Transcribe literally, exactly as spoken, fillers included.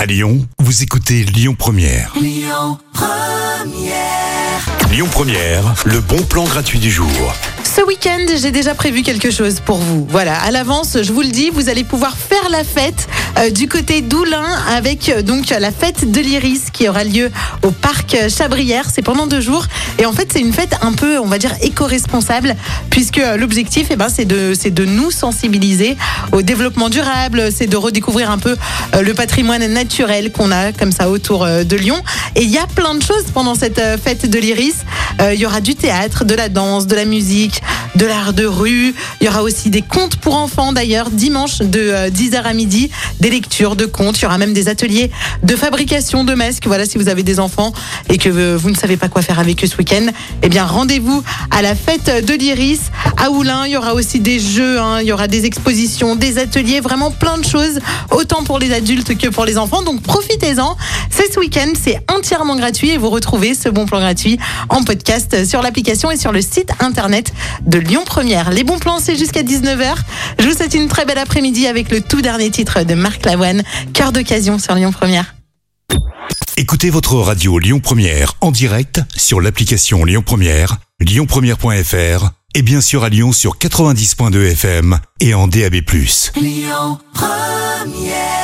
À Lyon, vous écoutez Lyon Première. Lyon Première. Lyon Première, le bon plan gratuit du jour. Ce week-end, j'ai déjà prévu quelque chose pour vous. Voilà, à l'avance, je vous le dis, vous allez pouvoir faire la fête euh, du côté d'Oulin avec euh, donc la fête de l'Iris qui aura lieu au parc Chabrières. C'est pendant deux jours et en fait, c'est une fête un peu, on va dire, éco-responsable puisque euh, l'objectif, eh ben, c'est de c'est de nous sensibiliser au développement durable, c'est de redécouvrir un peu euh, le patrimoine naturel qu'on a comme ça autour euh, de Lyon. Et il y a plein de choses pendant cette euh, fête de l'Iris. Euh, il y aura du théâtre, de la danse, de la musique, de l'art de rue. Il y aura aussi des contes pour enfants d'ailleurs, dimanche de euh, dix heures à midi, des lectures de contes. Il y aura même des ateliers de fabrication de masques. Voilà, si vous avez des enfants et que euh, vous ne savez pas quoi faire avec eux ce week-end, eh bien rendez-vous à la fête de l'Iris à Oulin. Il y aura aussi des jeux, hein. Il y aura des expositions, des ateliers, vraiment plein de choses, autant pour les adultes que pour les enfants. Donc profitez-en. C'est ce week-end, c'est entièrement gratuit et vous retrouvez ce bon plan gratuit en podcast sur l'application et sur le site internet de Lyon Première. Les bons plans, c'est jusqu'à dix-neuf heures. Je vous souhaite une très belle après-midi avec le tout dernier titre de Marc Lavoine, Cœur d'occasion sur Lyon Première. Écoutez votre radio Lyon Première en direct sur l'application Lyon Première, lyon première point f r et bien sûr à Lyon sur quatre-vingt-dix point deux F M et en D A B plus. Lyon Première.